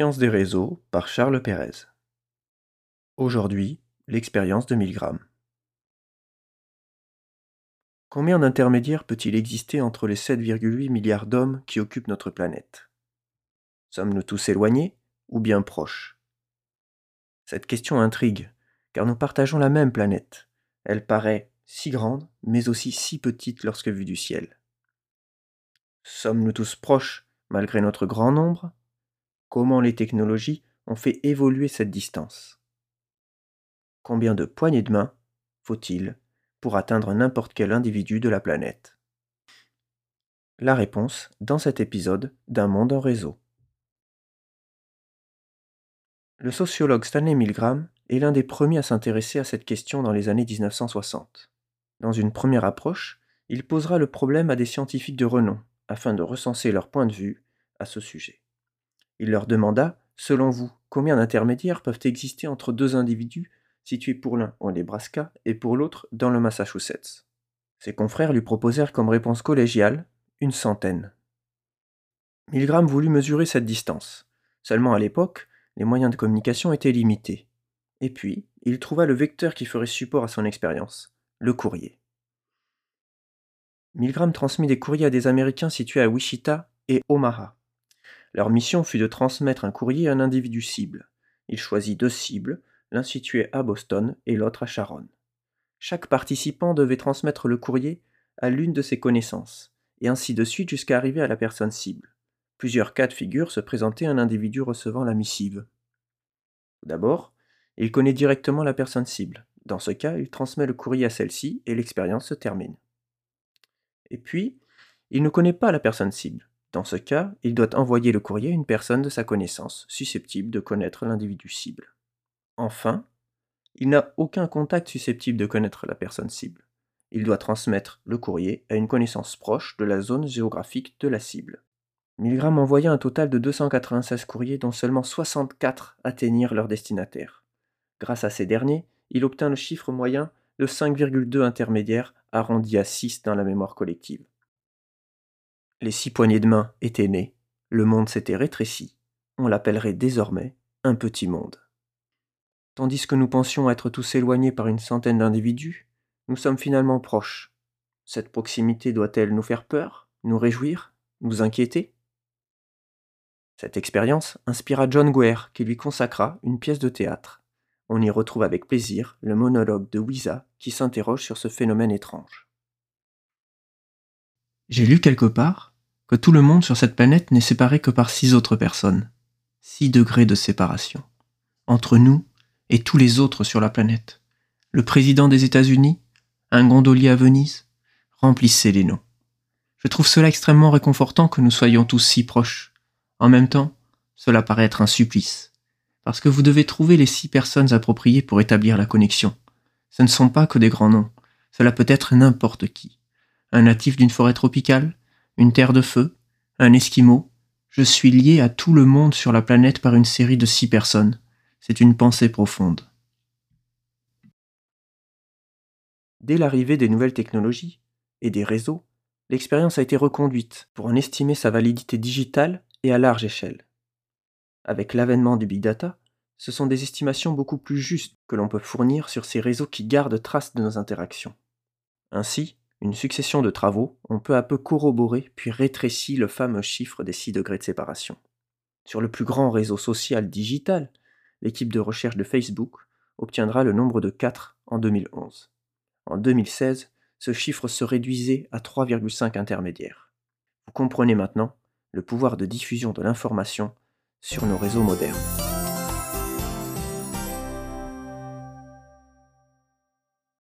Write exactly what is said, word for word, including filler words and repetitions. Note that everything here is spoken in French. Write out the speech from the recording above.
Science des réseaux par Charles Pérez. Aujourd'hui, l'expérience de Milgram. Combien d'intermédiaires peut-il exister entre les sept virgule huit milliards d'hommes qui occupent notre planète? Sommes-nous tous éloignés ou bien proches? Cette question intrigue, car nous partageons la même planète. Elle paraît si grande, mais aussi si petite lorsque vue du ciel. Sommes-nous tous proches, malgré notre grand nombre? Comment les technologies ont fait évoluer cette distance? Combien de poignées de main faut-il pour atteindre n'importe quel individu de la planète? La réponse dans cet épisode d'Un monde en réseau. Le sociologue Stanley Milgram est l'un des premiers à s'intéresser à cette question dans les années mille neuf cent soixante. Dans une première approche, il posera le problème à des scientifiques de renom, afin de recenser leur point de vue à ce sujet. Il leur demanda, selon vous, combien d'intermédiaires peuvent exister entre deux individus situés pour l'un au Nebraska et pour l'autre dans le Massachusetts. Ses confrères lui proposèrent comme réponse collégiale une centaine. Milgram voulut mesurer cette distance. Seulement à l'époque, les moyens de communication étaient limités. Et puis, il trouva le vecteur qui ferait support à son expérience, le courrier. Milgram transmit des courriers à des Américains situés à Wichita et Omaha. Leur mission fut de transmettre un courrier à un individu cible. Il choisit deux cibles, l'un situé à Boston et l'autre à Sharon. Chaque participant devait transmettre le courrier à l'une de ses connaissances, et ainsi de suite jusqu'à arriver à la personne cible. Plusieurs cas de figure se présentaient à un individu recevant la missive. D'abord, il connaît directement la personne cible. Dans ce cas, il transmet le courrier à celle-ci et l'expérience se termine. Et puis, il ne connaît pas la personne cible. Dans ce cas, il doit envoyer le courrier à une personne de sa connaissance, susceptible de connaître l'individu cible. Enfin, il n'a aucun contact susceptible de connaître la personne cible. Il doit transmettre le courrier à une connaissance proche de la zone géographique de la cible. Milgram envoya un total de deux cent quatre-vingt-seize courriers dont seulement soixante-quatre atteignirent leur destinataire. Grâce à ces derniers, il obtint le chiffre moyen de cinq virgule deux intermédiaires arrondi à six dans la mémoire collective. Les six poignées de main étaient nées, le monde s'était rétréci, on l'appellerait désormais un petit monde. Tandis que nous pensions être tous éloignés par une centaine d'individus, nous sommes finalement proches. Cette proximité doit-elle nous faire peur, nous réjouir, nous inquiéter? Cette expérience inspira John Guare qui lui consacra une pièce de théâtre. On y retrouve avec plaisir le monologue de Ouisa qui s'interroge sur ce phénomène étrange. J'ai lu quelque part que tout le monde sur cette planète n'est séparé que par six autres personnes. Six degrés de séparation. Entre nous et tous les autres sur la planète. Le président des États-Unis, un gondolier à Venise, remplissez les noms. Je trouve cela extrêmement réconfortant que nous soyons tous si proches. En même temps, cela paraît être un supplice. Parce que vous devez trouver les six personnes appropriées pour établir la connexion. Ce ne sont pas que des grands noms. Cela peut être n'importe qui. Un natif d'une forêt tropicale, une terre de feu, un esquimau. Je suis lié à tout le monde sur la planète par une série de six personnes. C'est une pensée profonde. Dès l'arrivée des nouvelles technologies et des réseaux, l'expérience a été reconduite pour en estimer sa validité digitale et à large échelle. Avec l'avènement du big data, ce sont des estimations beaucoup plus justes que l'on peut fournir sur ces réseaux qui gardent trace de nos interactions. Ainsi, une succession de travaux ont peu à peu corroboré puis rétréci le fameux chiffre des six degrés de séparation. Sur le plus grand réseau social digital, l'équipe de recherche de Facebook obtiendra le nombre de quatre en deux mille onze. En deux mille seize, ce chiffre se réduisait à trois virgule cinq intermédiaires. Vous comprenez maintenant le pouvoir de diffusion de l'information sur nos réseaux modernes.